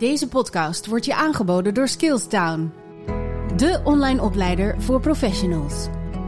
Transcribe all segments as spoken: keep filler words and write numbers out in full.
Deze podcast wordt je aangeboden door Skillstown, de online opleider voor professionals.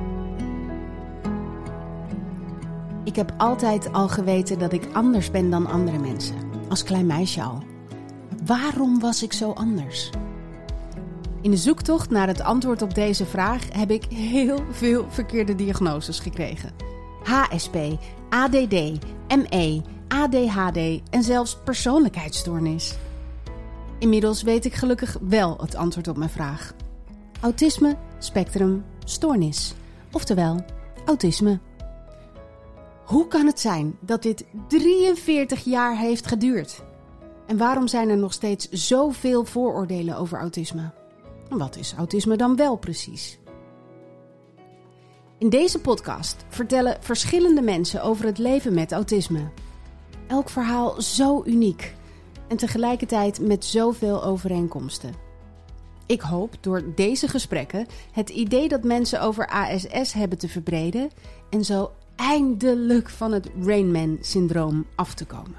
Ik heb altijd al geweten dat ik anders ben dan andere mensen. Als klein meisje al. Waarom was ik zo anders? In de zoektocht naar het antwoord op deze vraag heb ik heel veel verkeerde diagnoses gekregen. H S P, A D D, M E, A D H D en zelfs persoonlijkheidsstoornis. Inmiddels weet ik gelukkig wel het antwoord op mijn vraag. Autisme, spectrum, stoornis. Oftewel, autisme. Hoe kan het zijn dat dit drieënveertig jaar heeft geduurd? En waarom zijn er nog steeds zoveel vooroordelen over autisme? En wat is autisme dan wel precies? In deze podcast vertellen verschillende mensen over het leven met autisme. Elk verhaal zo uniek en tegelijkertijd met zoveel overeenkomsten. Ik hoop door deze gesprekken het idee dat mensen over A S S hebben te verbreden en zo eindelijk van het Rain Man-syndroom af te komen.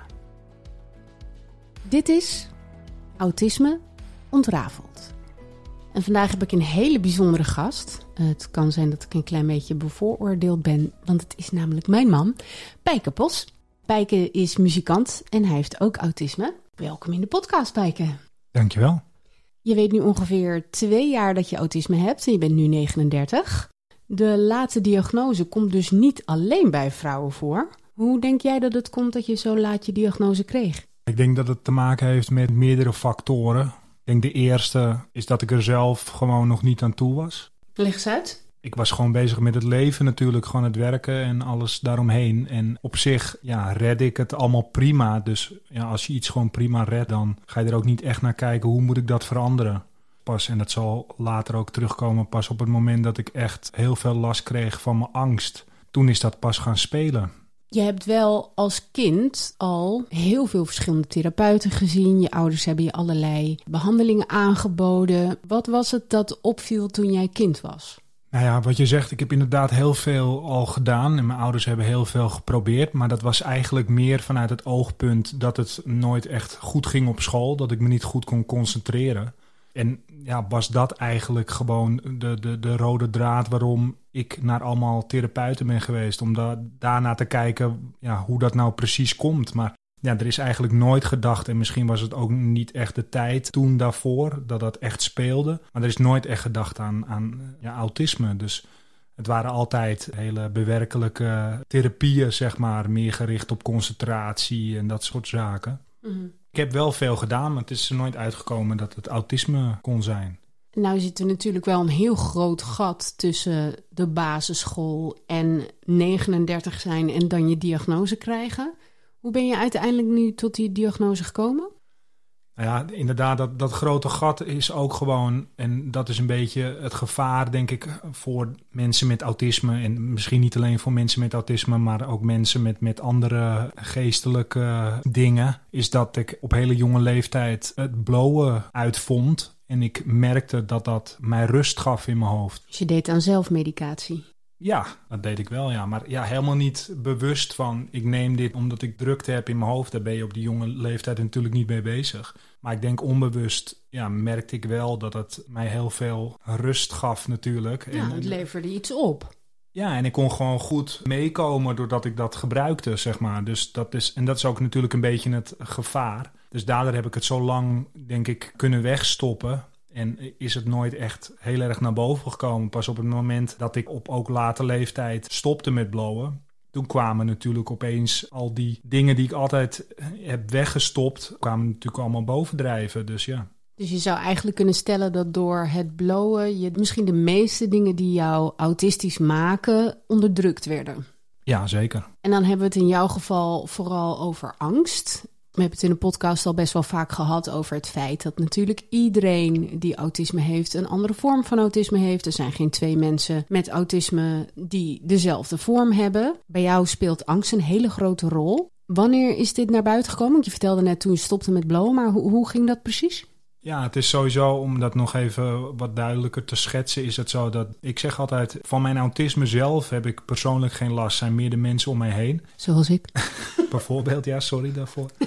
Dit is Autisme Ontrafeld. En vandaag heb ik een hele bijzondere gast. Het kan zijn dat ik een klein beetje bevooroordeeld ben, want het is namelijk mijn man, Pijke Pos. Pijke is muzikant en hij heeft ook autisme. Welkom in de podcast, Pijke. Dankjewel. Je weet nu ongeveer twee jaar dat je autisme hebt en je bent nu negenendertig. De late diagnose komt dus niet alleen bij vrouwen voor. Hoe denk jij dat het komt dat je zo laat je diagnose kreeg? Ik denk dat het te maken heeft met meerdere factoren. Ik denk de eerste is dat ik er zelf gewoon nog niet aan toe was. Leg eens uit. Ik was gewoon bezig met het leven natuurlijk, gewoon het werken en alles daaromheen. En op zich ja, red ik het allemaal prima. Dus ja, als je iets gewoon prima redt, dan ga je er ook niet echt naar kijken hoe moet ik dat veranderen. Pas, en dat zal later ook terugkomen, pas op het moment dat ik echt heel veel last kreeg van mijn angst. Toen is dat pas gaan spelen. Je hebt wel als kind al heel veel verschillende therapeuten gezien. Je ouders hebben je allerlei behandelingen aangeboden. Wat was het dat opviel toen jij kind was? Nou ja, wat je zegt, ik heb inderdaad heel veel al gedaan en mijn ouders hebben heel veel geprobeerd. Maar dat was eigenlijk meer vanuit het oogpunt dat het nooit echt goed ging op school. Dat ik me niet goed kon concentreren. En ja, was dat eigenlijk gewoon de, de, de rode draad waarom ik naar allemaal therapeuten ben geweest. Om da- daarna te kijken ja, hoe dat nou precies komt. Maar ja, er is eigenlijk nooit gedacht, en misschien was het ook niet echt de tijd toen daarvoor, dat dat echt speelde. Maar er is nooit echt gedacht aan, aan ja, autisme. Dus het waren altijd hele bewerkelijke therapieën, zeg maar, meer gericht op concentratie en dat soort zaken. Mm-hmm. Ik heb wel veel gedaan, maar het is er nooit uitgekomen dat het autisme kon zijn. Nou zit er natuurlijk wel een heel groot gat tussen de basisschool en negenendertig zijn en dan je diagnose krijgen. Hoe ben je uiteindelijk nu tot die diagnose gekomen? Nou ja, inderdaad, dat, dat grote gat is ook gewoon, en dat is een beetje het gevaar, denk ik, voor mensen met autisme. En misschien niet alleen voor mensen met autisme, maar ook mensen met, met andere geestelijke dingen. Is dat ik op hele jonge leeftijd het blowen uitvond. En ik merkte dat dat mij rust gaf in mijn hoofd. Dus je deed aan zelfmedicatie? Ja, dat deed ik wel, ja. Maar ja, helemaal niet bewust van, ik neem dit omdat ik drukte heb in mijn hoofd. Daar ben je op die jonge leeftijd natuurlijk niet mee bezig. Maar ik denk onbewust, ja, merkte ik wel dat het mij heel veel rust gaf natuurlijk. Ja, en het leverde iets op. Ja, en ik kon gewoon goed meekomen doordat ik dat gebruikte, zeg maar. Dus dat is, en dat is ook natuurlijk een beetje het gevaar. Dus daardoor heb ik het zo lang, denk ik, kunnen wegstoppen. En is het nooit echt heel erg naar boven gekomen. Pas op het moment dat ik op ook late leeftijd stopte met blowen. Toen kwamen natuurlijk opeens al die dingen die ik altijd heb weggestopt, kwamen natuurlijk allemaal bovendrijven. Dus ja. Dus je zou eigenlijk kunnen stellen dat door het blowen je misschien de meeste dingen die jou autistisch maken onderdrukt werden. Ja, zeker. En dan hebben we het in jouw geval vooral over angst. We hebben het in de podcast al best wel vaak gehad over het feit dat natuurlijk iedereen die autisme heeft een andere vorm van autisme heeft. Er zijn geen twee mensen met autisme die dezelfde vorm hebben. Bij jou speelt angst een hele grote rol. Wanneer is dit naar buiten gekomen? Want je vertelde net toen je stopte met blowen, maar hoe, hoe ging dat precies? Ja, het is sowieso, om dat nog even wat duidelijker te schetsen, is het zo dat ik zeg altijd, van mijn autisme zelf heb ik persoonlijk geen last. Zijn meer de mensen om mij heen. Zoals ik. Bijvoorbeeld, ja, sorry daarvoor.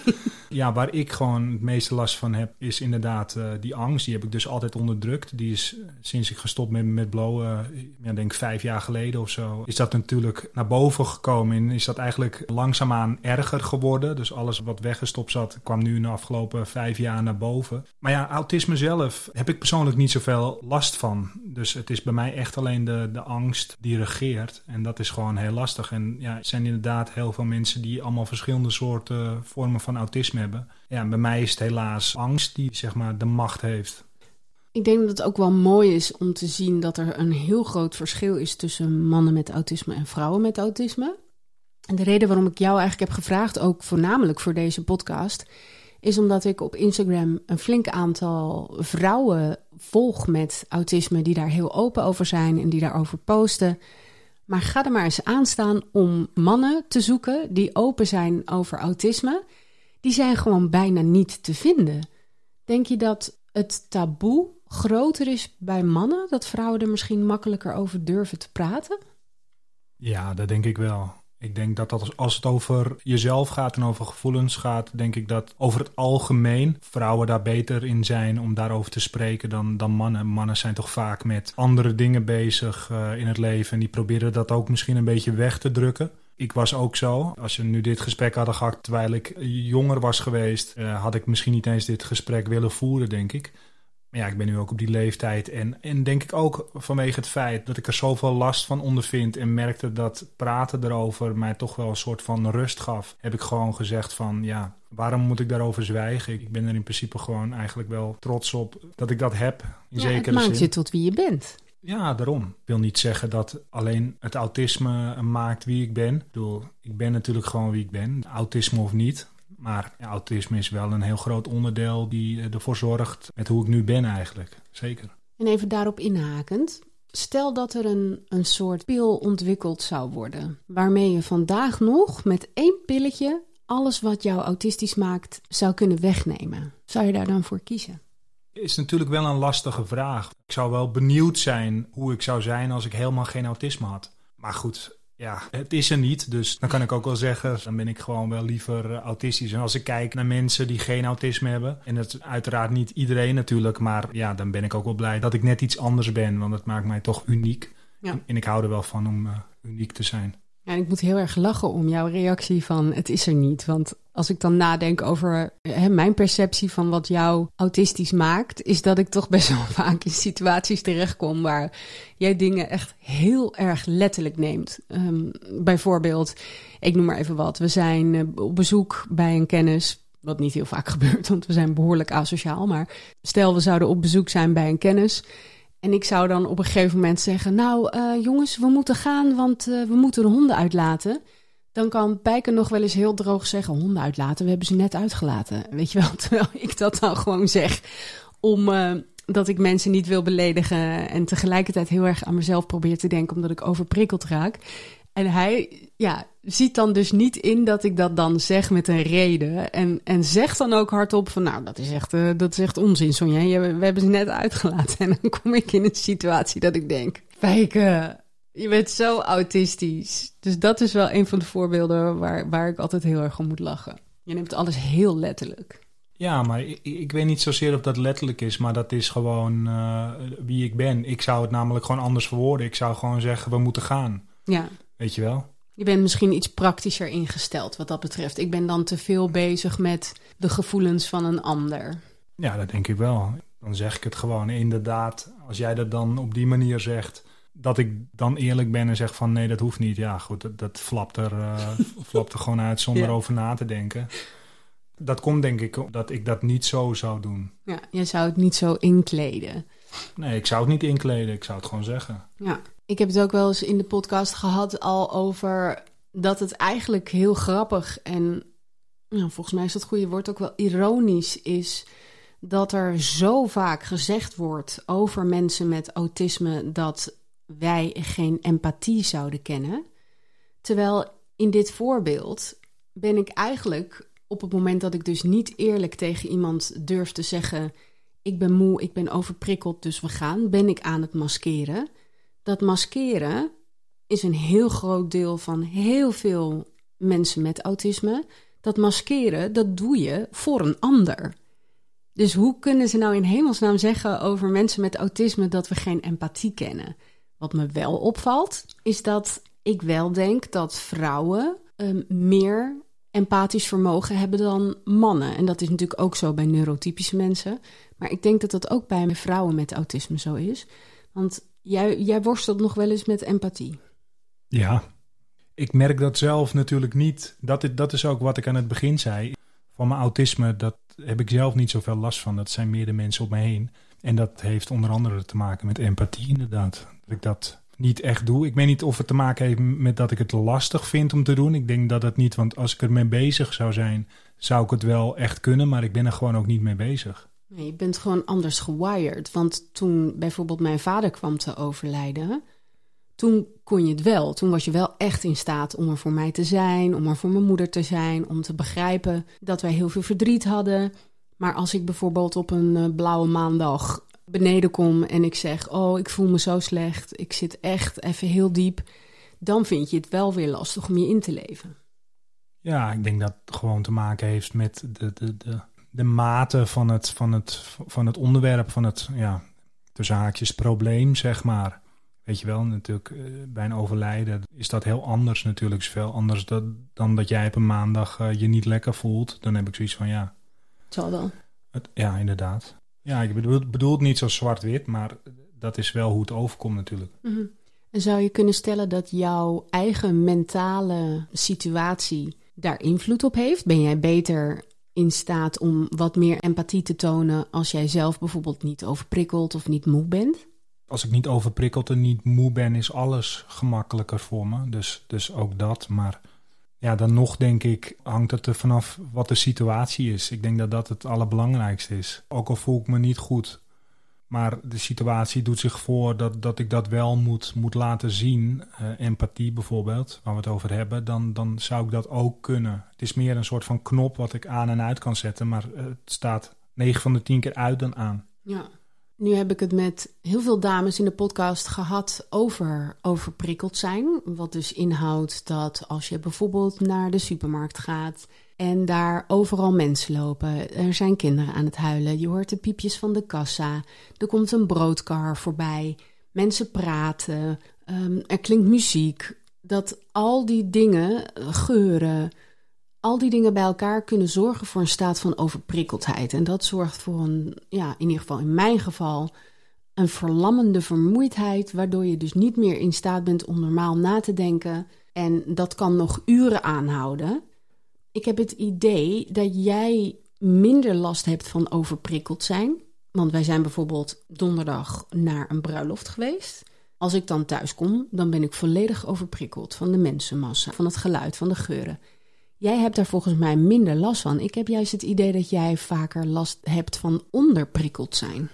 Ja, waar ik gewoon het meeste last van heb, is inderdaad uh, die angst. Die heb ik dus altijd onderdrukt. Die is sinds ik gestopt ben met blowen, uh, ja, denk vijf jaar geleden of zo, is dat natuurlijk naar boven gekomen. En is dat eigenlijk langzaamaan erger geworden. Dus alles wat weggestopt zat, kwam nu in de afgelopen vijf jaar naar boven. Maar ja, autisme zelf heb ik persoonlijk niet zoveel last van. Dus het is bij mij echt alleen de, de angst die regeert. En dat is gewoon heel lastig. En ja, er zijn inderdaad heel veel mensen die allemaal verschillende soorten vormen van autisme hebben. Ja, bij mij is het helaas angst die zeg maar de macht heeft. Ik denk dat het ook wel mooi is om te zien dat er een heel groot verschil is tussen mannen met autisme en vrouwen met autisme. En de reden waarom ik jou eigenlijk heb gevraagd, ook voornamelijk voor deze podcast, is omdat ik op Instagram een flink aantal vrouwen volg met autisme die daar heel open over zijn en die daarover posten. Maar ga er maar eens aan staan om mannen te zoeken die open zijn over autisme. Die zijn gewoon bijna niet te vinden. Denk je dat het taboe groter is bij mannen? Dat vrouwen er misschien makkelijker over durven te praten? Ja, dat denk ik wel. Ik denk dat, dat als het over jezelf gaat en over gevoelens gaat, denk ik dat over het algemeen vrouwen daar beter in zijn om daarover te spreken dan, dan mannen. Mannen zijn toch vaak met andere dingen bezig uh, in het leven en die proberen dat ook misschien een beetje weg te drukken. Ik was ook zo. Als we nu dit gesprek hadden gehad terwijl ik jonger was geweest, uh, had ik misschien niet eens dit gesprek willen voeren, denk ik. Maar ja, ik ben nu ook op die leeftijd en, en denk ik ook vanwege het feit dat ik er zoveel last van ondervind en merkte dat praten erover mij toch wel een soort van rust gaf, heb ik gewoon gezegd van ja, waarom moet ik daarover zwijgen? Ik ben er in principe gewoon eigenlijk wel trots op dat ik dat heb. In ja, zekere het maakt zin. je tot wie je bent. Ja, daarom. Ik wil niet zeggen dat alleen het autisme maakt wie ik ben. Ik bedoel, ik ben natuurlijk gewoon wie ik ben, autisme of niet. Maar ja, autisme is wel een heel groot onderdeel die ervoor zorgt met hoe ik nu ben eigenlijk. Zeker. En even daarop inhakend. Stel dat er een, een soort pil ontwikkeld zou worden, waarmee je vandaag nog met één pilletje alles wat jou autistisch maakt zou kunnen wegnemen. Zou je daar dan voor kiezen? Is natuurlijk wel een lastige vraag. Ik zou wel benieuwd zijn hoe ik zou zijn als ik helemaal geen autisme had. Maar goed, ja, het is er niet. Dus dan kan ik ook wel zeggen, dan ben ik gewoon wel liever uh, autistisch. En als ik kijk naar mensen die geen autisme hebben, en dat is uiteraard niet iedereen natuurlijk, maar ja, dan ben ik ook wel blij dat ik net iets anders ben. Want het maakt mij toch uniek. Ja. En, en ik hou er wel van om uh, uniek te zijn. Ja, en ik moet heel erg lachen om jouw reactie van het is er niet. Want als ik dan nadenk over hè, mijn perceptie van wat jou autistisch maakt, is dat ik toch best wel vaak in situaties terechtkom waar jij dingen echt heel erg letterlijk neemt. Um, bijvoorbeeld, ik noem maar even wat, we zijn uh, op bezoek bij een kennis, wat niet heel vaak gebeurt, want we zijn behoorlijk asociaal. Maar stel we zouden op bezoek zijn bij een kennis. En ik zou dan op een gegeven moment zeggen, nou uh, jongens, we moeten gaan, want uh, we moeten de honden uitlaten. Dan kan Pijker nog wel eens heel droog zeggen, honden uitlaten, we hebben ze net uitgelaten. Weet je wel, terwijl ik dat dan gewoon zeg, om, uh, dat ik mensen niet wil beledigen en tegelijkertijd heel erg aan mezelf probeer te denken, omdat ik overprikkeld raak. En hij ja, ziet dan dus niet in dat ik dat dan zeg met een reden. En, en zegt dan ook hardop van, nou, dat is echt, uh, dat is echt onzin, Sonja. Je, we hebben ze net uitgelaten. En dan kom ik in een situatie dat ik denk, Pijke, je bent zo autistisch. Dus dat is wel een van de voorbeelden waar, waar ik altijd heel erg om moet lachen. Je neemt alles heel letterlijk. Ja, maar ik, ik weet niet zozeer of dat letterlijk is, maar dat is gewoon uh, wie ik ben. Ik zou het namelijk gewoon anders verwoorden. Ik zou gewoon zeggen, we moeten gaan. Ja. Weet je wel? Je bent misschien iets praktischer ingesteld wat dat betreft. Ik ben dan te veel bezig met de gevoelens van een ander. Ja, dat denk ik wel. Dan zeg ik het gewoon. Inderdaad, als jij dat dan op die manier zegt, dat ik dan eerlijk ben en zeg van nee, dat hoeft niet. Ja, goed, dat, dat flapt, er, uh, flapt er gewoon uit zonder ja. over na te denken. Dat komt denk ik dat ik dat niet zo zou doen. Ja, je zou het niet zo inkleden. Nee, ik zou het niet inkleden. Ik zou het gewoon zeggen. Ja. Ik heb het ook wel eens in de podcast gehad al over dat het eigenlijk heel grappig en nou, volgens mij is dat goede woord ook wel ironisch is dat er zo vaak gezegd wordt over mensen met autisme dat wij geen empathie zouden kennen. Terwijl in dit voorbeeld ben ik eigenlijk op het moment dat ik dus niet eerlijk tegen iemand durf te zeggen, ik ben moe, ik ben overprikkeld, dus we gaan, ben ik aan het maskeren. Dat maskeren is een heel groot deel van heel veel mensen met autisme. dat maskeren, dat doe je voor een ander. Dus hoe kunnen ze nou in hemelsnaam zeggen over mensen met autisme dat we geen empathie kennen? Wat me wel opvalt, is dat ik wel denk dat vrouwen um, meer empathisch vermogen hebben dan mannen. En dat is natuurlijk ook zo bij neurotypische mensen. Maar ik denk dat dat ook bij vrouwen met autisme zo is. Want jij, jij worstelt nog wel eens met empathie. Ja, ik merk dat zelf natuurlijk niet. Dat is, dat is ook wat ik aan het begin zei. Van mijn autisme, dat heb ik zelf niet zoveel last van. Dat zijn meer de mensen om me heen. En dat heeft onder andere te maken met empathie inderdaad. Dat ik dat niet echt doe. Ik weet niet of het te maken heeft met dat ik het lastig vind om te doen. Ik denk dat het niet, want als ik ermee bezig zou zijn, zou ik het wel echt kunnen. Maar ik ben er gewoon ook niet mee bezig. Nee, je bent gewoon anders gewired. Want toen bijvoorbeeld mijn vader kwam te overlijden, toen kon je het wel. Toen was je wel echt in staat om er voor mij te zijn, om er voor mijn moeder te zijn, om te begrijpen dat wij heel veel verdriet hadden. Maar als ik bijvoorbeeld op een uh, blauwe maandag beneden kom en ik zeg, oh, ik voel me zo slecht, ik zit echt even heel diep, dan vind je het wel weer lastig om je in te leven. Ja, ik denk dat het gewoon te maken heeft met de, de, de, de mate van het, van, het, van het onderwerp, van het, ja, tussen haakjes probleem, zeg maar. Weet je wel, natuurlijk uh, bij een overlijden is dat heel anders natuurlijk. Veel anders dat, dan dat jij op een maandag uh, je niet lekker voelt. Dan heb ik zoiets van, ja. Het zal wel. Het, ja, inderdaad. Ja, ik bedoel, bedoel het niet zo zwart-wit, maar dat is wel hoe het overkomt natuurlijk. Mm-hmm. En zou je kunnen stellen dat jouw eigen mentale situatie daar invloed op heeft? Ben jij beter in staat om wat meer empathie te tonen als jij zelf bijvoorbeeld niet overprikkeld of niet moe bent? Als ik niet overprikkeld en niet moe ben, is alles gemakkelijker voor me. Dus, dus ook dat. Maar ja, dan nog denk ik, hangt het er vanaf wat de situatie is. Ik denk dat dat het allerbelangrijkste is. Ook al voel ik me niet goed. Maar de situatie doet zich voor dat, dat ik dat wel moet, moet laten zien. Uh, empathie bijvoorbeeld, waar we het over hebben. Dan, dan zou ik dat ook kunnen. Het is meer een soort van knop wat ik aan en uit kan zetten. Maar uh, het staat negen van de tien keer uit dan aan. Ja. Nu heb ik het met heel veel dames in de podcast gehad over overprikkeld zijn. Wat dus inhoudt dat als je bijvoorbeeld naar de supermarkt gaat en daar overal mensen lopen. Er zijn kinderen aan het huilen. Je hoort de piepjes van de kassa. Er komt een broodkar voorbij. Mensen praten. Um, er klinkt muziek. Dat al die dingen, geuren, al die dingen bij elkaar kunnen zorgen voor een staat van overprikkeldheid. En dat zorgt voor een, ja, in ieder geval in mijn geval, een verlammende vermoeidheid, waardoor je dus niet meer in staat bent om normaal na te denken. En dat kan nog uren aanhouden. Ik heb het idee dat jij minder last hebt van overprikkeld zijn. Want wij zijn bijvoorbeeld donderdag naar een bruiloft geweest. Als ik dan thuis kom, dan ben ik volledig overprikkeld van de mensenmassa, van het geluid, van de geuren. Jij hebt daar volgens mij minder last van. Ik heb juist het idee dat jij vaker last hebt van onderprikkeld zijn.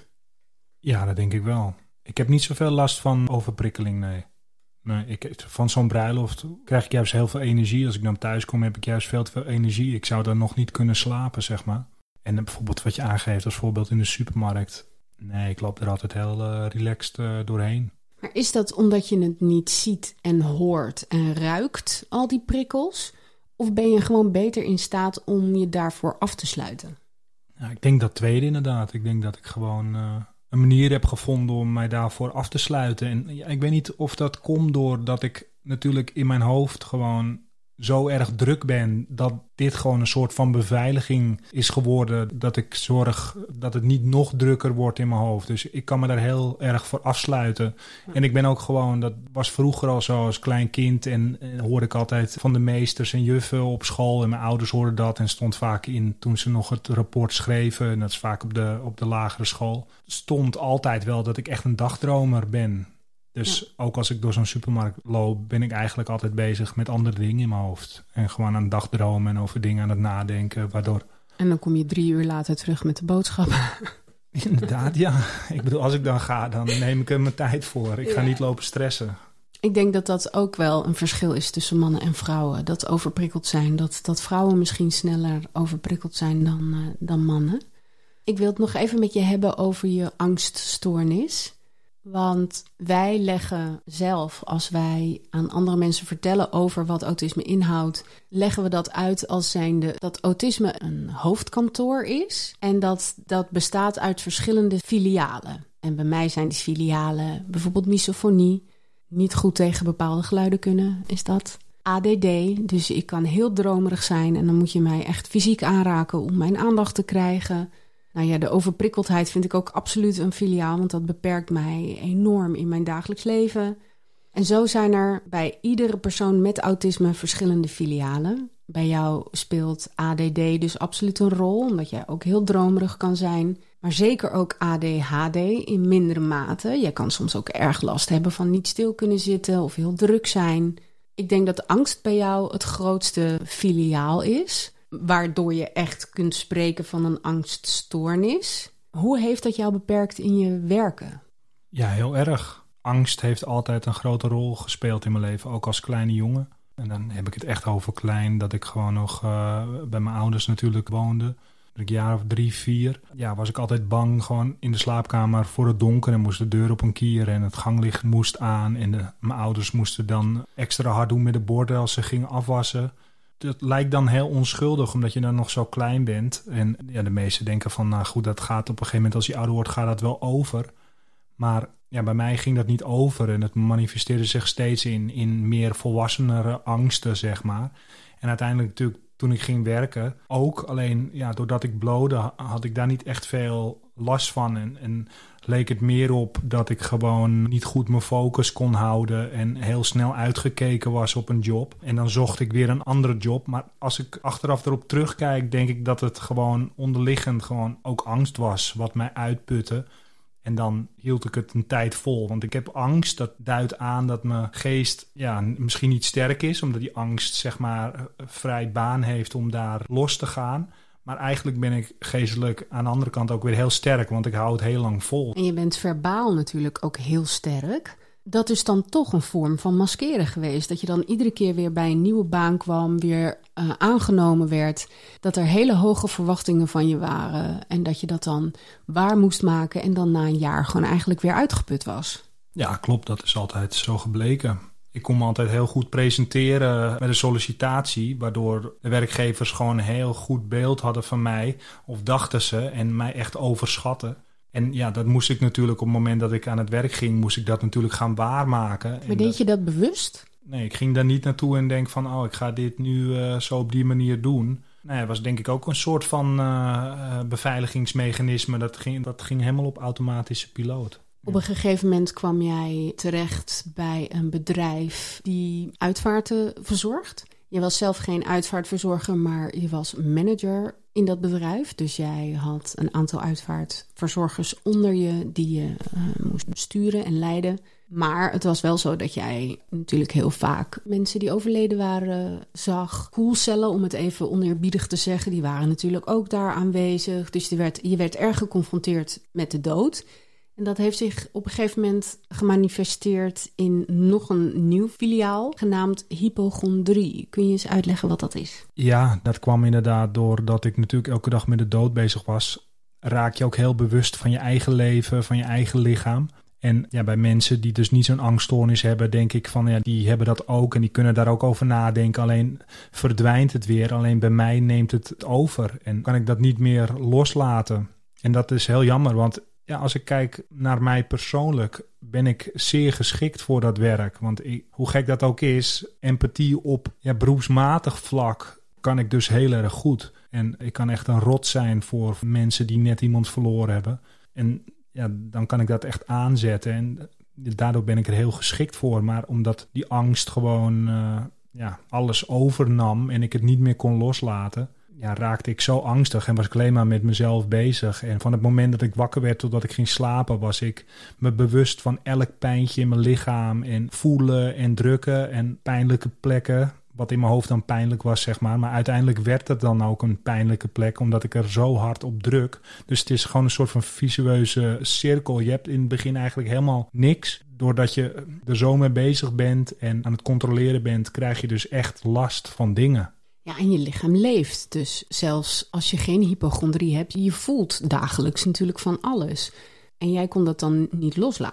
Ja, dat denk ik wel. Ik heb niet zoveel last van overprikkeling, nee. nee ik, van zo'n bruiloft krijg ik juist heel veel energie. Als ik dan thuis kom, heb ik juist veel te veel energie. Ik zou dan nog niet kunnen slapen, zeg maar. En bijvoorbeeld wat je aangeeft als voorbeeld in de supermarkt. Nee, ik loop er altijd heel uh, relaxed uh, doorheen. Maar is dat omdat je het niet ziet en hoort en ruikt, al die prikkels? Of ben je gewoon beter in staat om je daarvoor af te sluiten? Ja, ik denk dat tweede inderdaad. Ik denk dat ik gewoon uh, een manier heb gevonden om mij daarvoor af te sluiten. En ja, ik weet niet of dat komt doordat ik natuurlijk in mijn hoofd gewoon zo erg druk ben, dat dit gewoon een soort van beveiliging is geworden, dat ik zorg dat het niet nog drukker wordt in mijn hoofd. Dus ik kan me daar heel erg voor afsluiten. Ja. En ik ben ook gewoon, dat was vroeger al zo als klein kind en, en hoorde ik altijd van de meesters en juffen op school en mijn ouders hoorden dat en stond vaak in, toen ze nog het rapport schreven, en dat is vaak op de, op de lagere school, stond altijd wel dat ik echt een dagdromer ben. Dus ja. Ook als ik door zo'n supermarkt loop, ben ik eigenlijk altijd bezig met andere dingen in mijn hoofd. En gewoon aan het dagdromen en over dingen aan het nadenken, waardoor... En dan kom je drie uur later terug met de boodschappen. Inderdaad, ja. Ik bedoel, als ik dan ga, dan neem ik er mijn tijd voor. Ik ga ja. niet lopen stressen. Ik denk dat dat ook wel een verschil is tussen mannen en vrouwen. Dat overprikkeld zijn. Dat, dat vrouwen misschien sneller overprikkeld zijn dan, uh, dan mannen. Ik wil het nog even met je hebben over je angststoornis. Want wij leggen zelf, als wij aan andere mensen vertellen over wat autisme inhoudt, leggen we dat uit als zijnde dat autisme een hoofdkantoor is. En dat dat bestaat uit verschillende filialen. En bij mij zijn die filialen bijvoorbeeld misofonie, niet goed tegen bepaalde geluiden kunnen, is dat. A D D, dus ik kan heel dromerig zijn en dan moet je mij echt fysiek aanraken om mijn aandacht te krijgen. Nou ja, de overprikkeldheid vind ik ook absoluut een filiaal, want dat beperkt mij enorm in mijn dagelijks leven. En zo zijn er bij iedere persoon met autisme verschillende filialen. Bij jou speelt A D D dus absoluut een rol, omdat jij ook heel dromerig kan zijn. Maar zeker ook A D H D in mindere mate. Jij kan soms ook erg last hebben van niet stil kunnen zitten of heel druk zijn. Ik denk dat angst bij jou het grootste filiaal is, waardoor je echt kunt spreken van een angststoornis. Hoe heeft dat jou beperkt in je werken? Ja, heel erg. Angst heeft altijd een grote rol gespeeld in mijn leven, ook als kleine jongen. En dan heb ik het echt over klein, dat ik gewoon nog uh, bij mijn ouders natuurlijk woonde. Toen ik jaar of drie, vier, ja, was ik altijd bang gewoon in de slaapkamer voor het donker en moest de deur op een kier en het ganglicht moest aan. En de, mijn ouders moesten dan extra hard doen met de borden als ze gingen afwassen. Dat lijkt dan heel onschuldig, omdat je dan nog zo klein bent. En ja, de meesten denken van, nou goed, dat gaat op een gegeven moment als je ouder wordt, gaat dat wel over. Maar ja, bij mij ging dat niet over en het manifesteerde zich steeds in, in meer volwassenere angsten, zeg maar. En uiteindelijk natuurlijk, toen ik ging werken, ook alleen ja, doordat ik blode, had ik daar niet echt veel last van. En, en leek het meer op dat ik gewoon niet goed mijn focus kon houden en heel snel uitgekeken was op een job. En dan zocht ik weer een andere job. Maar als ik achteraf erop terugkijk, denk ik dat het gewoon onderliggend gewoon ook angst was wat mij uitputte. En dan hield ik het een tijd vol. Want ik heb angst, dat duidt aan dat mijn geest ja, misschien niet sterk is, omdat die angst zeg maar vrij baan heeft om daar los te gaan. Maar eigenlijk ben ik geestelijk aan de andere kant ook weer heel sterk, want ik hou het heel lang vol. En je bent verbaal natuurlijk ook heel sterk. Dat is dan toch een vorm van maskeren geweest. Dat je dan iedere keer weer bij een nieuwe baan kwam, weer uh, aangenomen werd. Dat er hele hoge verwachtingen van je waren. En dat je dat dan waar moest maken en dan na een jaar gewoon eigenlijk weer uitgeput was. Ja, klopt. Dat is altijd zo gebleken. Ik kon me altijd heel goed presenteren met een sollicitatie, waardoor de werkgevers gewoon een heel goed beeld hadden van mij, of dachten ze, en mij echt overschatten. En ja, dat moest ik natuurlijk op het moment dat ik aan het werk ging, moest ik dat natuurlijk gaan waarmaken. Maar deed je dat bewust? Nee, ik ging daar niet naartoe en denk van, oh, ik ga dit nu uh, zo op die manier doen. Nee, het was denk ik ook een soort van uh, beveiligingsmechanisme. Dat ging, dat ging helemaal op automatische piloot. Op een gegeven moment kwam jij terecht bij een bedrijf die uitvaarten verzorgt. Je was zelf geen uitvaartverzorger, maar je was manager in dat bedrijf. Dus jij had een aantal uitvaartverzorgers onder je die je uh, moest sturen en leiden. Maar het was wel zo dat jij natuurlijk heel vaak mensen die overleden waren zag. Koelcellen, om het even oneerbiedig te zeggen, die waren natuurlijk ook daar aanwezig. Dus je werd, je werd erg geconfronteerd met de dood. En dat heeft zich op een gegeven moment gemanifesteerd in nog een nieuw filiaal, genaamd hypochondrie. Kun je eens uitleggen wat dat is? Ja, dat kwam inderdaad doordat ik natuurlijk elke dag met de dood bezig was. Raak je ook heel bewust van je eigen leven, van je eigen lichaam. En ja, bij mensen die dus niet zo'n angststoornis hebben, denk ik van ja, die hebben dat ook en die kunnen daar ook over nadenken. Alleen verdwijnt het weer, alleen bij mij neemt het over en kan ik dat niet meer loslaten. En dat is heel jammer, want ja, als ik kijk naar mij persoonlijk, ben ik zeer geschikt voor dat werk. Want ik, hoe gek dat ook is, empathie op ja, beroepsmatig vlak kan ik dus heel erg goed. En ik kan echt een rot zijn voor mensen die net iemand verloren hebben. En ja, dan kan ik dat echt aanzetten. En daardoor ben ik er heel geschikt voor. Maar omdat die angst gewoon uh, ja, alles overnam en ik het niet meer kon loslaten, ja, raakte ik zo angstig en was ik alleen maar met mezelf bezig. En van het moment dat ik wakker werd totdat ik ging slapen, was ik me bewust van elk pijntje in mijn lichaam en voelen en drukken en pijnlijke plekken. Wat in mijn hoofd dan pijnlijk was, zeg maar. Maar uiteindelijk werd het dan ook een pijnlijke plek, omdat ik er zo hard op druk. Dus het is gewoon een soort van visueuze cirkel. Je hebt in het begin eigenlijk helemaal niks. Doordat je er zo mee bezig bent en aan het controleren bent, krijg je dus echt last van dingen. Ja, en je lichaam leeft. Dus zelfs als je geen hypochondrie hebt, je voelt dagelijks natuurlijk van alles. En jij kon dat dan niet loslaten.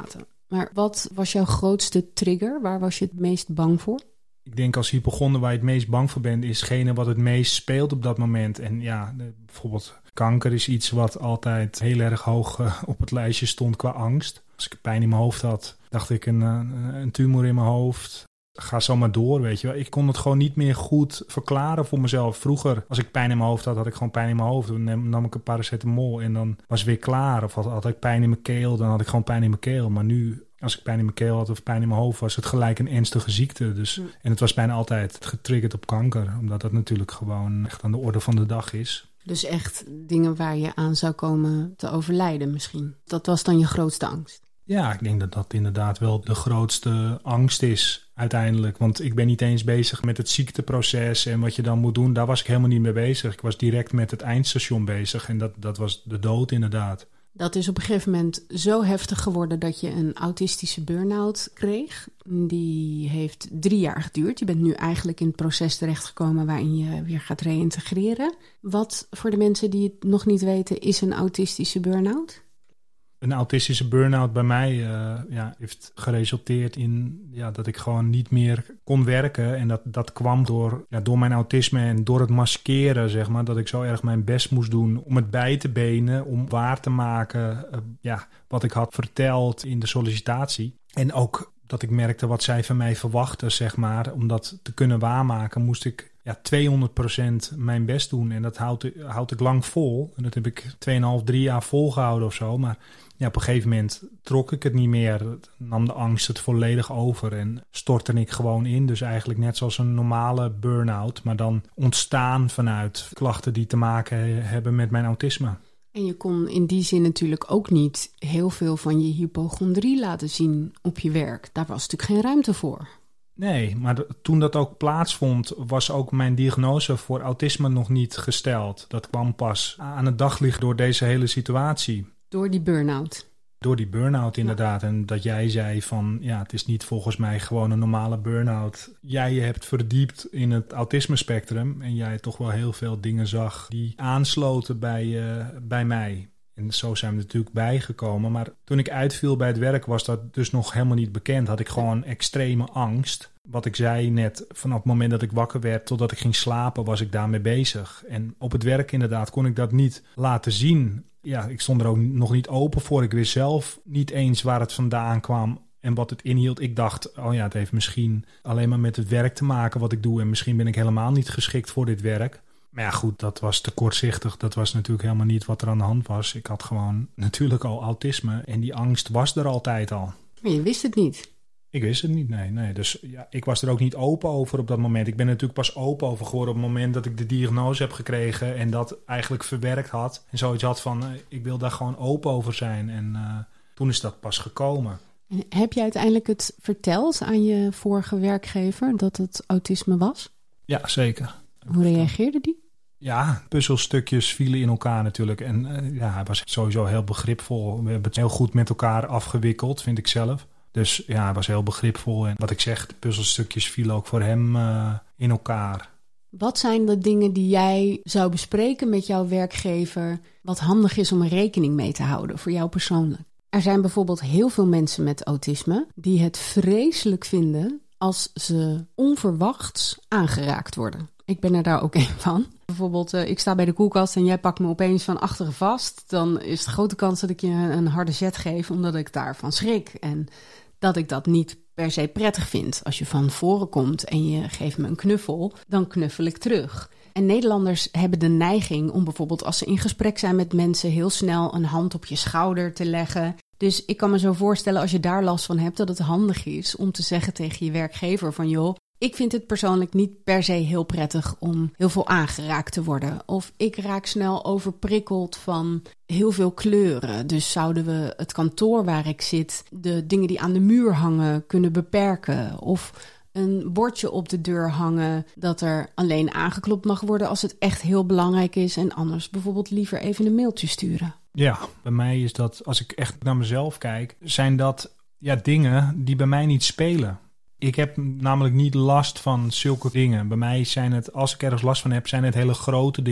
Maar wat was jouw grootste trigger? Waar was je het meest bang voor? Ik denk als hypochonder waar je het meest bang voor bent, is hetgene wat het meest speelt op dat moment. En ja, de, bijvoorbeeld kanker is iets wat altijd heel erg hoog uh, op het lijstje stond qua angst. Als ik pijn in mijn hoofd had, dacht ik een, een tumor in mijn hoofd. Ga zo maar door, weet je wel. Ik kon het gewoon niet meer goed verklaren voor mezelf. Vroeger, als ik pijn in mijn hoofd had, had ik gewoon pijn in mijn hoofd. Dan nam ik een paracetamol en dan was het weer klaar. Of had, had ik pijn in mijn keel, dan had ik gewoon pijn in mijn keel. Maar nu, als ik pijn in mijn keel had of pijn in mijn hoofd, was het gelijk een ernstige ziekte. Dus, mm. En het was bijna altijd getriggerd op kanker. Omdat dat natuurlijk gewoon echt aan de orde van de dag is. Dus echt dingen waar je aan zou komen te overlijden misschien. Dat was dan je grootste angst? Ja, ik denk dat dat inderdaad wel de grootste angst is uiteindelijk. Want ik ben niet eens bezig met het ziekteproces en wat je dan moet doen. Daar was ik helemaal niet mee bezig. Ik was direct met het eindstation bezig en dat, dat was de dood inderdaad. Dat is op een gegeven moment zo heftig geworden dat je een autistische burn-out kreeg. Die heeft drie jaar geduurd. Je bent nu eigenlijk in het proces terechtgekomen waarin je weer gaat reïntegreren. Wat voor de mensen die het nog niet weten is een autistische burn-out? Een autistische burn-out bij mij uh, ja, heeft geresulteerd in ja, dat ik gewoon niet meer kon werken. En dat, dat kwam door, ja, door mijn autisme en door het maskeren, zeg maar. Dat ik zo erg mijn best moest doen om het bij te benen, om waar te maken uh, ja, wat ik had verteld in de sollicitatie. En ook dat ik merkte wat zij van mij verwachten, zeg maar. Om dat te kunnen waarmaken moest ik ja, tweehonderd procent mijn best doen. En dat houd, houd ik lang vol. En dat heb ik tweeënhalf, drie jaar volgehouden of zo. Maar ja, op een gegeven moment trok ik het niet meer. Nam de angst het volledig over en stortte ik gewoon in. Dus eigenlijk net zoals een normale burn-out. Maar dan ontstaan vanuit klachten die te maken hebben met mijn autisme. En je kon in die zin natuurlijk ook niet heel veel van je hypochondrie laten zien op je werk. Daar was natuurlijk geen ruimte voor. Nee, maar d- toen dat ook plaatsvond, was ook mijn diagnose voor autisme nog niet gesteld. Dat kwam pas aan het daglicht door deze hele situatie. Door die burn-out? Door die burn-out inderdaad. Ja. En dat jij zei van, ja, het is niet volgens mij gewoon een normale burn-out. Jij je hebt verdiept in het autisme-spectrum en jij toch wel heel veel dingen zag die aansloten bij, uh, bij mij. En zo zijn we natuurlijk bijgekomen. Maar toen ik uitviel bij het werk was dat dus nog helemaal niet bekend. Had ik gewoon extreme angst. Wat ik zei net, vanaf het moment dat ik wakker werd totdat ik ging slapen was ik daarmee bezig. En op het werk inderdaad kon ik dat niet laten zien. Ja, ik stond er ook nog niet open voor. Ik wist zelf niet eens waar het vandaan kwam en wat het inhield. Ik dacht, oh ja, het heeft misschien alleen maar met het werk te maken wat ik doe. En misschien ben ik helemaal niet geschikt voor dit werk. Maar ja, goed, dat was te kortzichtig. Dat was natuurlijk helemaal niet wat er aan de hand was. Ik had gewoon natuurlijk al autisme en die angst was er altijd al. Maar je wist het niet? Ik wist het niet, nee. nee. Dus ja, ik was er ook niet open over op dat moment. Ik ben er natuurlijk pas open over geworden op het moment dat ik de diagnose heb gekregen en dat eigenlijk verwerkt had. En zoiets had van, uh, ik wil daar gewoon open over zijn. En uh, toen is dat pas gekomen. En heb je uiteindelijk het verteld aan je vorige werkgever dat het autisme was? Ja, zeker. Hoe reageerde die? Ja, puzzelstukjes vielen in elkaar natuurlijk. En uh, ja, hij was sowieso heel begripvol. We hebben het heel goed met elkaar afgewikkeld, vind ik zelf. Dus ja, hij was heel begripvol. En wat ik zeg, de puzzelstukjes vielen ook voor hem uh, in elkaar. Wat zijn de dingen die jij zou bespreken met jouw werkgever, wat handig is om er rekening mee te houden voor jou persoonlijk? Er zijn bijvoorbeeld heel veel mensen met autisme die het vreselijk vinden als ze onverwachts aangeraakt worden. Ik ben er daar ook een van. Bijvoorbeeld, uh, ik sta bij de koelkast en jij pakt me opeens van achteren vast. Dan is de grote kans dat ik je een harde zet geef, omdat ik daarvan schrik. En dat ik dat niet per se prettig vind. Als je van voren komt en je geeft me een knuffel, dan knuffel ik terug. En Nederlanders hebben de neiging om bijvoorbeeld als ze in gesprek zijn met mensen heel snel een hand op je schouder te leggen. Dus ik kan me zo voorstellen als je daar last van hebt dat het handig is om te zeggen tegen je werkgever van joh, ik vind het persoonlijk niet per se heel prettig om heel veel aangeraakt te worden. Of ik raak snel overprikkeld van heel veel kleuren. Dus zouden we het kantoor waar ik zit, de dingen die aan de muur hangen, kunnen beperken. Of een bordje op de deur hangen dat er alleen aangeklopt mag worden als het echt heel belangrijk is. En anders bijvoorbeeld liever even een mailtje sturen. Ja, bij mij is dat, als ik echt naar mezelf kijk, zijn dat ja, dingen die bij mij niet spelen. Ik heb namelijk niet last van zulke dingen. Bij mij zijn het, als ik ergens last van heb, zijn het hele grote dingen.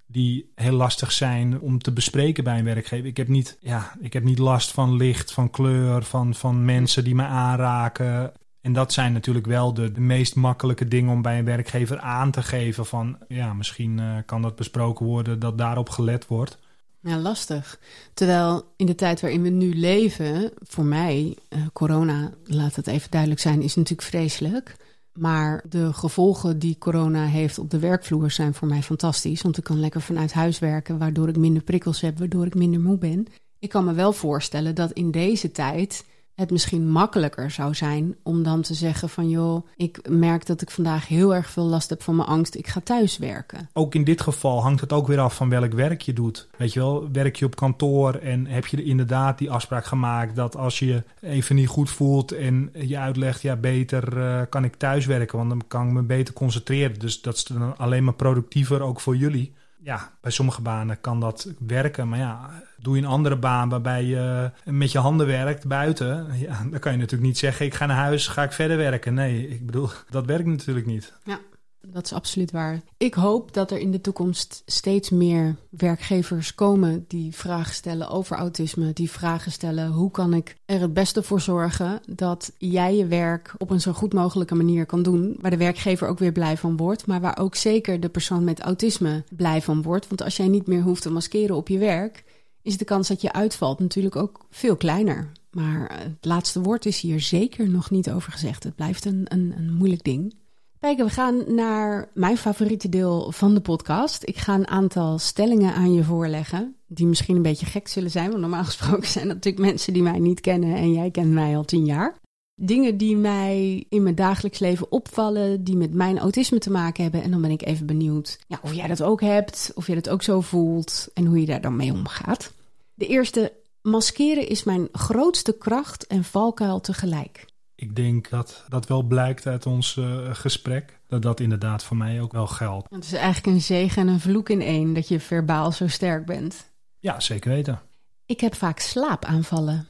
die heel lastig zijn om te bespreken bij een werkgever. Ik heb niet, ja, ik heb niet last van licht, van kleur, van, van mensen die me aanraken. En dat zijn natuurlijk wel de, de meest makkelijke dingen om bij een werkgever aan te geven van, ja, misschien uh, kan dat besproken worden, dat daarop gelet wordt. Ja, lastig. Terwijl in de tijd waarin we nu leven, voor mij, uh, corona, laat het even duidelijk zijn, is natuurlijk vreselijk. Maar de gevolgen die corona heeft op de werkvloer zijn voor mij fantastisch. Want ik kan lekker vanuit huis werken, waardoor ik minder prikkels heb, waardoor ik minder moe ben. Ik kan me wel voorstellen dat in deze tijd het misschien makkelijker zou zijn om dan te zeggen van joh, ik merk dat ik vandaag heel erg veel last heb van mijn angst. Ik ga thuis werken. Ook in dit geval hangt het ook weer af van welk werk je doet. Weet je wel, werk je op kantoor en heb je inderdaad die afspraak gemaakt dat als je je even niet goed voelt en je uitlegt, ja beter uh, kan ik thuis werken, want dan kan ik me beter concentreren. Dus dat is dan alleen maar productiever ook voor jullie. Ja, bij sommige banen kan dat werken. Maar ja, doe je een andere baan waarbij je met je handen werkt buiten. Ja, dan kan je natuurlijk niet zeggen, ik ga naar huis, ga ik verder werken. Nee, ik bedoel, dat werkt natuurlijk niet. Ja, dat is absoluut waar. Ik hoop dat er in de toekomst steeds meer werkgevers komen die vragen stellen over autisme. Die vragen stellen, hoe kan ik er het beste voor zorgen dat jij je werk op een zo goed mogelijke manier kan doen. Waar de werkgever ook weer blij van wordt. Maar waar ook zeker de persoon met autisme blij van wordt. Want als jij niet meer hoeft te maskeren op je werk, is de kans dat je uitvalt natuurlijk ook veel kleiner. Maar het laatste woord is hier zeker nog niet over gezegd. Het blijft een, een, een moeilijk ding. Kijk, we gaan naar mijn favoriete deel van de podcast. Ik ga een aantal stellingen aan je voorleggen, die misschien een beetje gek zullen zijn. Want normaal gesproken zijn dat natuurlijk mensen die mij niet kennen en jij kent mij al tien jaar. Dingen die mij in mijn dagelijks leven opvallen, die met mijn autisme te maken hebben. En dan ben ik even benieuwd ja, of jij dat ook hebt, of je dat ook zo voelt en hoe je daar dan mee omgaat. De eerste, maskeren is mijn grootste kracht en valkuil tegelijk. Ik denk dat dat wel blijkt uit ons uh, gesprek. Dat dat inderdaad voor mij ook wel geldt. Het is eigenlijk een zegen en een vloek in één dat je verbaal zo sterk bent. Ja, zeker weten. Ik heb vaak slaapaanvallen.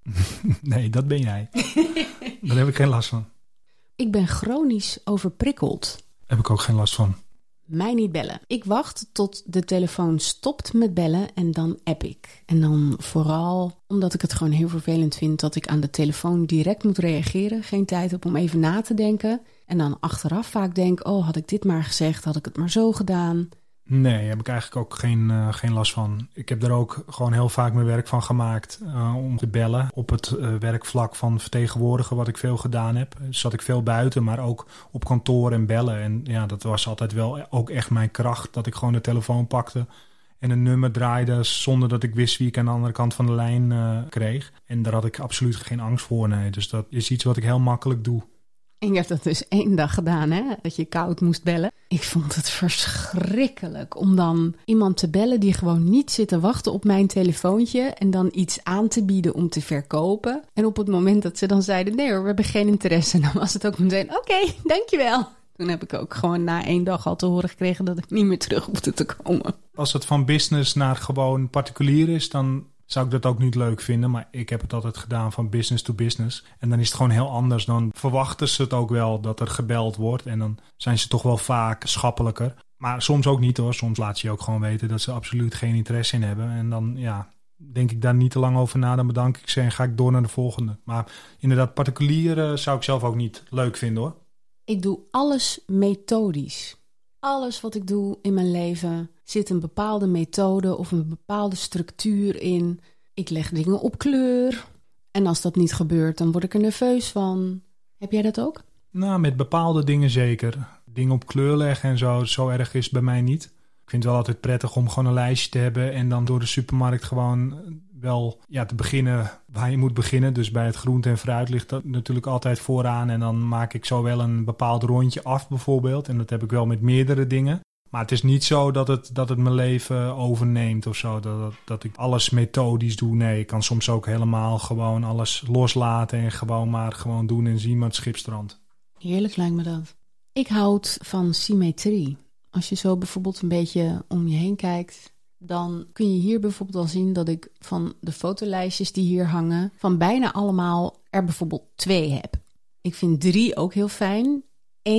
Nee, dat ben jij. Daar heb ik geen last van. Ik ben chronisch overprikkeld. Heb ik ook geen last van. Mij niet bellen. Ik wacht tot de telefoon stopt met bellen en dan app ik. En dan vooral omdat ik het gewoon heel vervelend vind dat ik aan de telefoon direct moet reageren. Geen tijd heb om even na te denken. En dan achteraf vaak denk, oh had ik dit maar gezegd, had ik het maar zo gedaan. Nee, heb ik eigenlijk ook geen, uh, geen last van. Ik heb er ook gewoon heel vaak mijn werk van gemaakt uh, om te bellen. Op het uh, werkvlak van vertegenwoordigen wat ik veel gedaan heb. Zat ik veel buiten, maar ook op kantoor en bellen. En ja, dat was altijd wel ook echt mijn kracht. Dat ik gewoon de telefoon pakte en een nummer draaide zonder dat ik wist wie ik aan de andere kant van de lijn uh, kreeg. En daar had ik absoluut geen angst voor. Nee. Dus dat is iets wat ik heel makkelijk doe. En je hebt dat dus één dag gedaan, hè? Dat je koud moest bellen. Ik vond het verschrikkelijk om dan iemand te bellen die gewoon niet zit te wachten op mijn telefoontje en dan iets aan te bieden om te verkopen. En op het moment dat ze dan zeiden, nee hoor, we hebben geen interesse, dan was het ook meteen, oké, okay, dankjewel. Toen heb ik ook gewoon na één dag al te horen gekregen dat ik niet meer terug hoefde te komen. Als het van business naar gewoon particulier is, dan zou ik dat ook niet leuk vinden. Maar ik heb het altijd gedaan van business to business. En dan is het gewoon heel anders. Dan verwachten ze het ook wel dat er gebeld wordt. En dan zijn ze toch wel vaak schappelijker. Maar soms ook niet hoor. Soms laat ze je ook gewoon weten dat ze absoluut geen interesse in hebben. En dan ja, denk ik daar niet te lang over na. Dan bedank ik ze en ga ik door naar de volgende. Maar inderdaad, particulier uh, zou ik zelf ook niet leuk vinden hoor. Ik doe alles methodisch. Alles wat ik doe in mijn leven zit een bepaalde methode of een bepaalde structuur in. Ik leg dingen op kleur. En als dat niet gebeurt, dan word ik er nerveus van. Heb jij dat ook? Nou, met bepaalde dingen zeker. Dingen op kleur leggen en zo, zo erg is het bij mij niet. Ik vind het wel altijd prettig om gewoon een lijstje te hebben en dan door de supermarkt gewoon wel ja, te beginnen waar je moet beginnen. Dus bij het groente en fruit ligt dat natuurlijk altijd vooraan. En dan maak ik zo wel een bepaald rondje af bijvoorbeeld. En dat heb ik wel met meerdere dingen. Maar het is niet zo dat het, dat het mijn leven overneemt of zo. Dat, dat, dat ik alles methodisch doe. Nee, ik kan soms ook helemaal gewoon alles loslaten en gewoon maar gewoon doen en zien met het schipstrand. Heerlijk lijkt me dat. Ik houd van symmetrie. Als je zo bijvoorbeeld een beetje om je heen kijkt, dan kun je hier bijvoorbeeld al zien dat ik van de fotolijstjes die hier hangen, van bijna allemaal er bijvoorbeeld twee heb. Ik vind drie ook heel fijn. Eén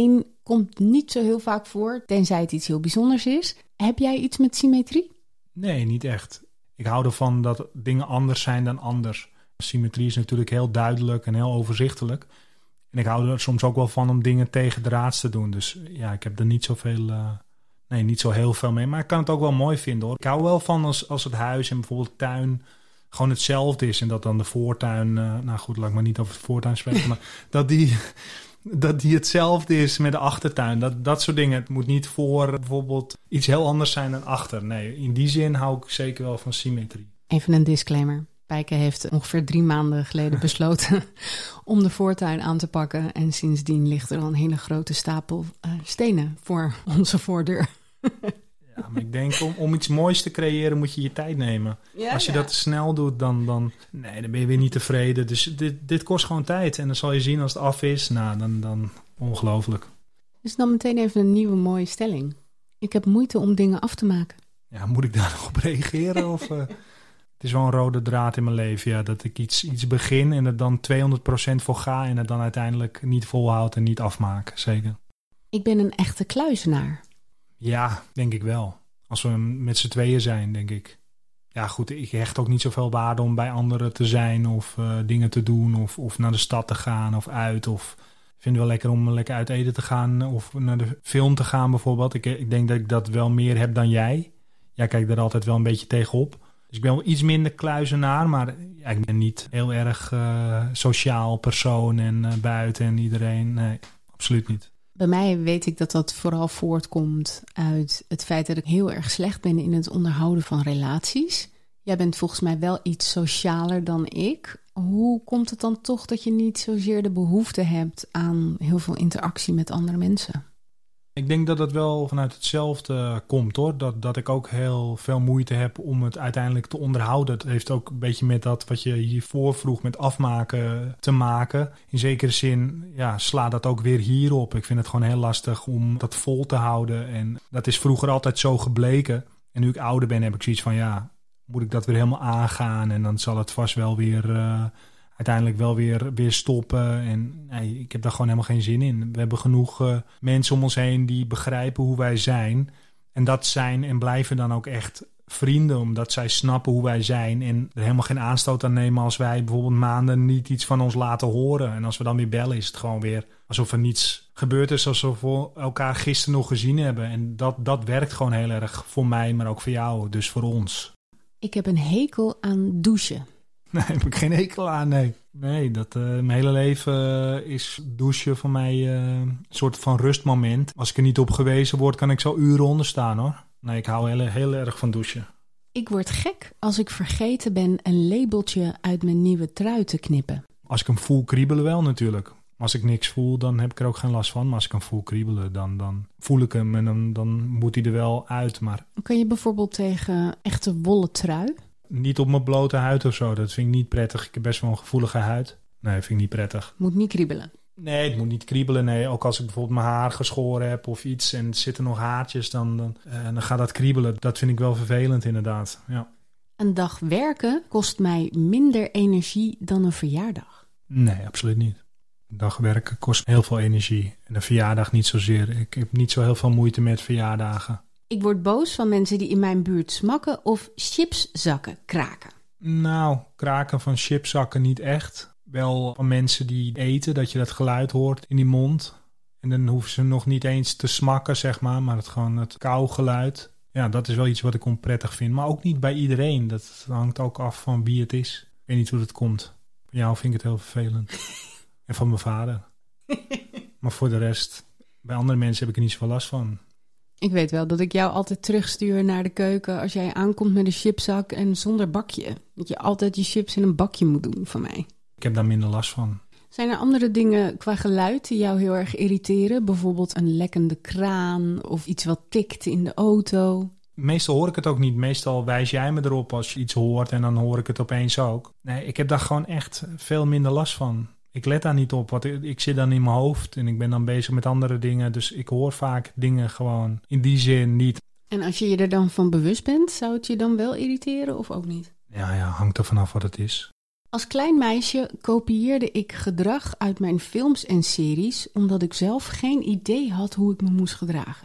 Komt niet zo heel vaak voor, tenzij het iets heel bijzonders is. Heb jij iets met symmetrie? Nee, niet echt. Ik hou ervan dat dingen anders zijn dan anders. Symmetrie is natuurlijk heel duidelijk en heel overzichtelijk. En ik hou er soms ook wel van om dingen tegen de raads te doen. Dus ja, ik heb er niet zoveel, uh, nee, niet zo heel veel mee. Maar ik kan het ook wel mooi vinden, hoor. Ik hou wel van als, als het huis en bijvoorbeeld de tuin gewoon hetzelfde is. En dat dan de voortuin, uh, nou goed, laat ik maar niet over de voortuin spreken. Maar dat die, dat die hetzelfde is met de achtertuin. Dat, dat soort dingen. Het moet niet voor bijvoorbeeld iets heel anders zijn dan achter. Nee, in die zin hou ik zeker wel van symmetrie. Even een disclaimer. Pijke heeft ongeveer drie maanden geleden besloten om de voortuin aan te pakken. En sindsdien ligt er al een hele grote stapel uh, stenen voor onze voordeur. Ja, maar ik denk om, om iets moois te creëren moet je je tijd nemen. Ja, Als je ja. dat te snel doet, dan, dan, nee, dan ben je weer niet tevreden. Dus dit, dit kost gewoon tijd. En dan zal je zien als het af is, nou, dan, dan ongelooflijk. Dus dan meteen even een nieuwe mooie stelling. Ik heb moeite om dingen af te maken. Ja, moet ik daar nog op reageren? of, uh, het is wel een rode draad in mijn leven, ja. Dat ik iets, iets begin en er dan tweehonderd procent voor ga en het dan uiteindelijk niet volhoud en niet afmaak. Zeker. Ik ben een echte kluizenaar. Ja, denk ik wel. Als we met z'n tweeën zijn, denk ik. Ja, goed, ik hecht ook niet zoveel waarde om bij anderen te zijn of uh, dingen te doen of, of naar de stad te gaan of uit. Of ik vind het wel lekker om lekker uit eten te gaan of naar de film te gaan bijvoorbeeld. Ik, ik denk dat ik dat wel meer heb dan jij. Jij kijkt er altijd wel een beetje tegenop. Dus ik ben wel iets minder kluizenaar, maar ja, ik ben niet heel erg uh, sociaal persoon en uh, buiten en iedereen. Nee, absoluut niet. Bij mij weet ik dat dat vooral voortkomt uit het feit dat ik heel erg slecht ben in het onderhouden van relaties. Jij bent volgens mij wel iets socialer dan ik. Hoe komt het dan toch dat je niet zozeer de behoefte hebt aan heel veel interactie met andere mensen? Ik denk dat het wel vanuit hetzelfde komt, hoor. Dat, dat ik ook heel veel moeite heb om het uiteindelijk te onderhouden. Het heeft ook een beetje met dat wat je hiervoor vroeg met afmaken te maken. In zekere zin ja, sla dat ook weer hierop. Ik vind het gewoon heel lastig om dat vol te houden. En dat is vroeger altijd zo gebleken. En nu ik ouder ben heb ik zoiets van ja, moet ik dat weer helemaal aangaan? En dan zal het vast wel weer Uh, uiteindelijk wel weer, weer stoppen. En nee, ik heb daar gewoon helemaal geen zin in. We hebben genoeg uh, mensen om ons heen die begrijpen hoe wij zijn. En dat zijn en blijven dan ook echt vrienden, omdat zij snappen hoe wij zijn en er helemaal geen aanstoot aan nemen als wij bijvoorbeeld maanden niet iets van ons laten horen. En als we dan weer bellen is het gewoon weer alsof er niets gebeurd is, alsof we elkaar gisteren nog gezien hebben. En dat, dat werkt gewoon heel erg voor mij, maar ook voor jou, dus voor ons. Ik heb een hekel aan douchen. Nee, heb ik geen hekel aan, nee. Nee, dat, uh, mijn hele leven uh, is douchen voor mij uh, een soort van rustmoment. Als ik er niet op gewezen word, kan ik zo uren onder staan, hoor. Nee, ik hou heel, heel erg van douchen. Ik word gek als ik vergeten ben een labeltje uit mijn nieuwe trui te knippen. Als ik hem voel kriebelen wel natuurlijk. Als ik niks voel, dan heb ik er ook geen last van. Maar als ik hem voel kriebelen, dan, dan voel ik hem en dan, dan moet hij er wel uit. Maar kan je bijvoorbeeld tegen echte wollen trui? Niet op mijn blote huid of zo. Dat vind ik niet prettig. Ik heb best wel een gevoelige huid. Nee, dat vind ik niet prettig. Moet niet kriebelen? Nee, het moet niet kriebelen. Nee, ook als ik bijvoorbeeld mijn haar geschoren heb of iets en er zitten nog haartjes, dan, dan, uh, dan gaat dat kriebelen. Dat vind ik wel vervelend inderdaad. Ja. Een dag werken kost mij minder energie dan een verjaardag? Nee, absoluut niet. Een dag werken kost heel veel energie. En een verjaardag niet zozeer. Ik heb niet zo heel veel moeite met verjaardagen. Ik word boos van mensen die in mijn buurt smakken of chipszakken kraken. Nou, kraken van chipszakken niet echt. Wel van mensen die eten, dat je dat geluid hoort in die mond. En dan hoeven ze nog niet eens te smakken, zeg maar. Maar het gewoon het kauwgeluid. Ja, dat is wel iets wat ik onprettig vind. Maar ook niet bij iedereen. Dat hangt ook af van wie het is. Ik weet niet hoe dat komt. Van jou vind ik het heel vervelend. En van mijn vader. Maar voor de rest, bij andere mensen heb ik er niet zoveel last van. Ik weet wel dat ik jou altijd terugstuur naar de keuken als jij aankomt met een chipszak en zonder bakje. Dat je altijd je chips in een bakje moet doen van mij. Ik heb daar minder last van. Zijn er andere dingen qua geluid die jou heel erg irriteren? Bijvoorbeeld een lekkende kraan of iets wat tikt in de auto? Meestal hoor ik het ook niet. Meestal wijs jij me erop als je iets hoort en dan hoor ik het opeens ook. Nee, ik heb daar gewoon echt veel minder last van. Ik let daar niet op, want ik, ik zit dan in mijn hoofd en ik ben dan bezig met andere dingen. Dus ik hoor vaak dingen gewoon in die zin niet. En als je je er dan van bewust bent, zou het je dan wel irriteren of ook niet? Ja, ja, hangt er vanaf wat het is. Als klein meisje kopieerde ik gedrag uit mijn films en series, omdat ik zelf geen idee had hoe ik me moest gedragen.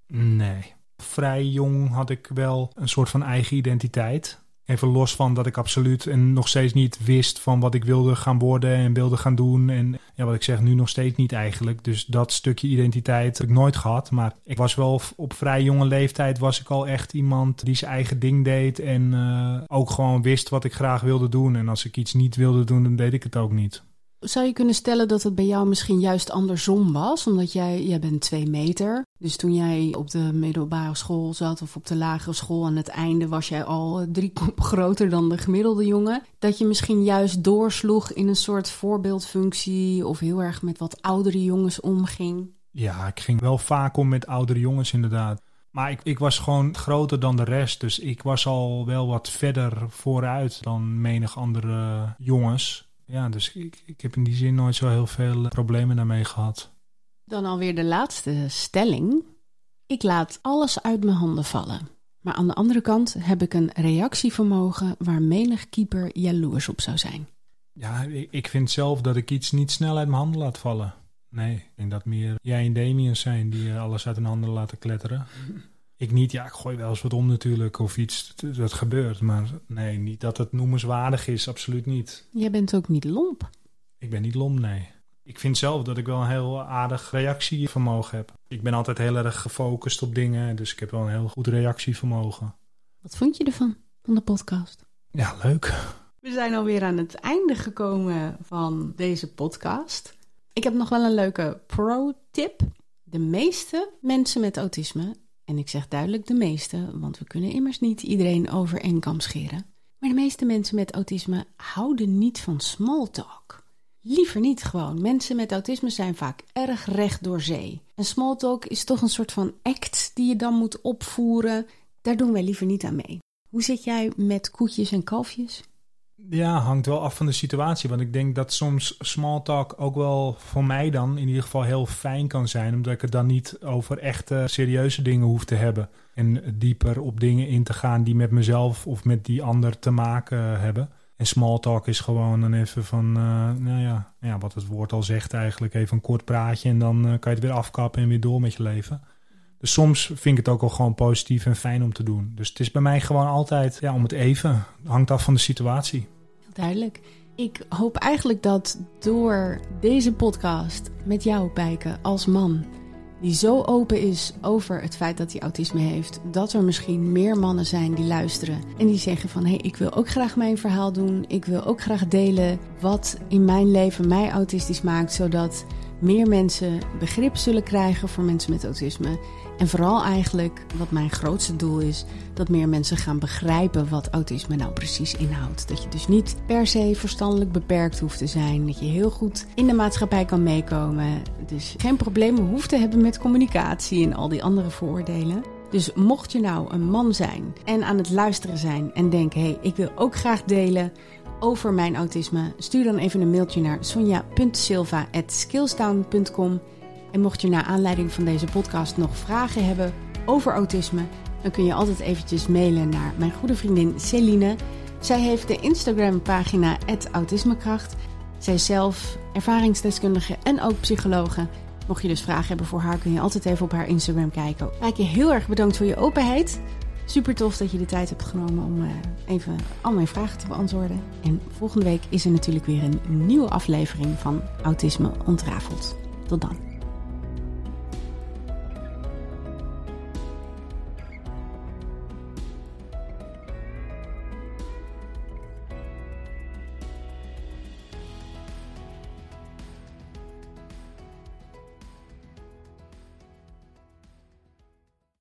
Nee. Vrij jong had ik wel een soort van eigen identiteit. Even los van dat ik absoluut en nog steeds niet wist van wat ik wilde gaan worden en wilde gaan doen. En ja, wat ik zeg, nu nog steeds niet eigenlijk. Dus dat stukje identiteit heb ik nooit gehad. Maar ik was wel op vrij jonge leeftijd was ik al echt iemand die zijn eigen ding deed. En uh, ook gewoon wist wat ik graag wilde doen. En als ik iets niet wilde doen, dan deed ik het ook niet. Zou je kunnen stellen dat het bij jou misschien juist andersom was? Omdat jij, jij bent twee meter. Dus toen jij op de middelbare school zat of op de lagere school aan het einde was jij al drie kop groter dan de gemiddelde jongen. Dat je misschien juist doorsloeg in een soort voorbeeldfunctie of heel erg met wat oudere jongens omging. Ja, ik ging wel vaak om met oudere jongens inderdaad. Maar ik, ik was gewoon groter dan de rest. Dus ik was al wel wat verder vooruit dan menig andere jongens. Ja, dus ik, ik heb in die zin nooit zo heel veel problemen daarmee gehad. Dan alweer de laatste stelling. Ik laat alles uit mijn handen vallen. Maar aan de andere kant heb ik een reactievermogen waar menig keeper jaloers op zou zijn. Ja, ik, ik vind zelf dat ik iets niet snel uit mijn handen laat vallen. Nee, ik denk dat meer jij en Damien zijn die alles uit hun handen laten kletteren. Ik niet, ja, ik gooi wel eens wat om natuurlijk of iets dat gebeurt. Maar nee, niet dat het noemenswaardig is, absoluut niet. Jij bent ook niet lomp. Ik ben niet lomp, nee. Ik vind zelf dat ik wel een heel aardig reactievermogen heb. Ik ben altijd heel erg gefocust op dingen, dus ik heb wel een heel goed reactievermogen. Wat vond je ervan, van de podcast? Ja, leuk. We zijn alweer aan het einde gekomen van deze podcast. Ik heb nog wel een leuke pro-tip. De meeste mensen met autisme, en ik zeg duidelijk de meeste, want we kunnen immers niet iedereen over één kam scheren. Maar de meeste mensen met autisme houden niet van small talk. Liever niet gewoon. Mensen met autisme zijn vaak erg recht door zee. En small talk is toch een soort van act die je dan moet opvoeren. Daar doen wij liever niet aan mee. Hoe zit jij met koetjes en kalfjes? Ja, hangt wel af van de situatie. Want ik denk dat soms small talk ook wel voor mij dan in ieder geval heel fijn kan zijn. Omdat ik het dan niet over echte serieuze dingen hoef te hebben. En dieper op dingen in te gaan die met mezelf of met die ander te maken hebben. En small talk is gewoon dan even van, uh, nou ja, ja, wat het woord al zegt eigenlijk. Even een kort praatje en dan uh, kan je het weer afkappen en weer door met je leven. Dus soms vind ik het ook al gewoon positief en fijn om te doen. Dus het is bij mij gewoon altijd ja, om het even. Hangt af van de situatie. Heel duidelijk. Ik hoop eigenlijk dat door deze podcast met jou, Pijke, als man, die zo open is over het feit dat hij autisme heeft, dat er misschien meer mannen zijn die luisteren en die zeggen van, hé, hey, ik wil ook graag mijn verhaal doen. Ik wil ook graag delen wat in mijn leven mij autistisch maakt, zodat meer mensen begrip zullen krijgen voor mensen met autisme. En vooral eigenlijk, wat mijn grootste doel is, dat meer mensen gaan begrijpen wat autisme nou precies inhoudt. Dat je dus niet per se verstandelijk beperkt hoeft te zijn. Dat je heel goed in de maatschappij kan meekomen. Dus geen problemen hoeft te hebben met communicatie en al die andere vooroordelen. Dus mocht je nou een man zijn en aan het luisteren zijn en denken, hé, hey, ik wil ook graag delen over mijn autisme, stuur dan even een mailtje naar sonja punt silva at skillstown punt com. En mocht je naar aanleiding van deze podcast nog vragen hebben over autisme, dan kun je altijd eventjes mailen naar mijn goede vriendin Celine. Zij heeft de Instagram-pagina at autismekracht. Zij is zelf ervaringsdeskundige en ook psychologe. Mocht je dus vragen hebben voor haar, kun je altijd even op haar Instagram kijken. Rijkje, heel erg bedankt voor je openheid. Super tof dat je de tijd hebt genomen om uh, even al mijn vragen te beantwoorden. En volgende week is er natuurlijk weer een nieuwe aflevering van Autisme Ontrafeld. Tot dan.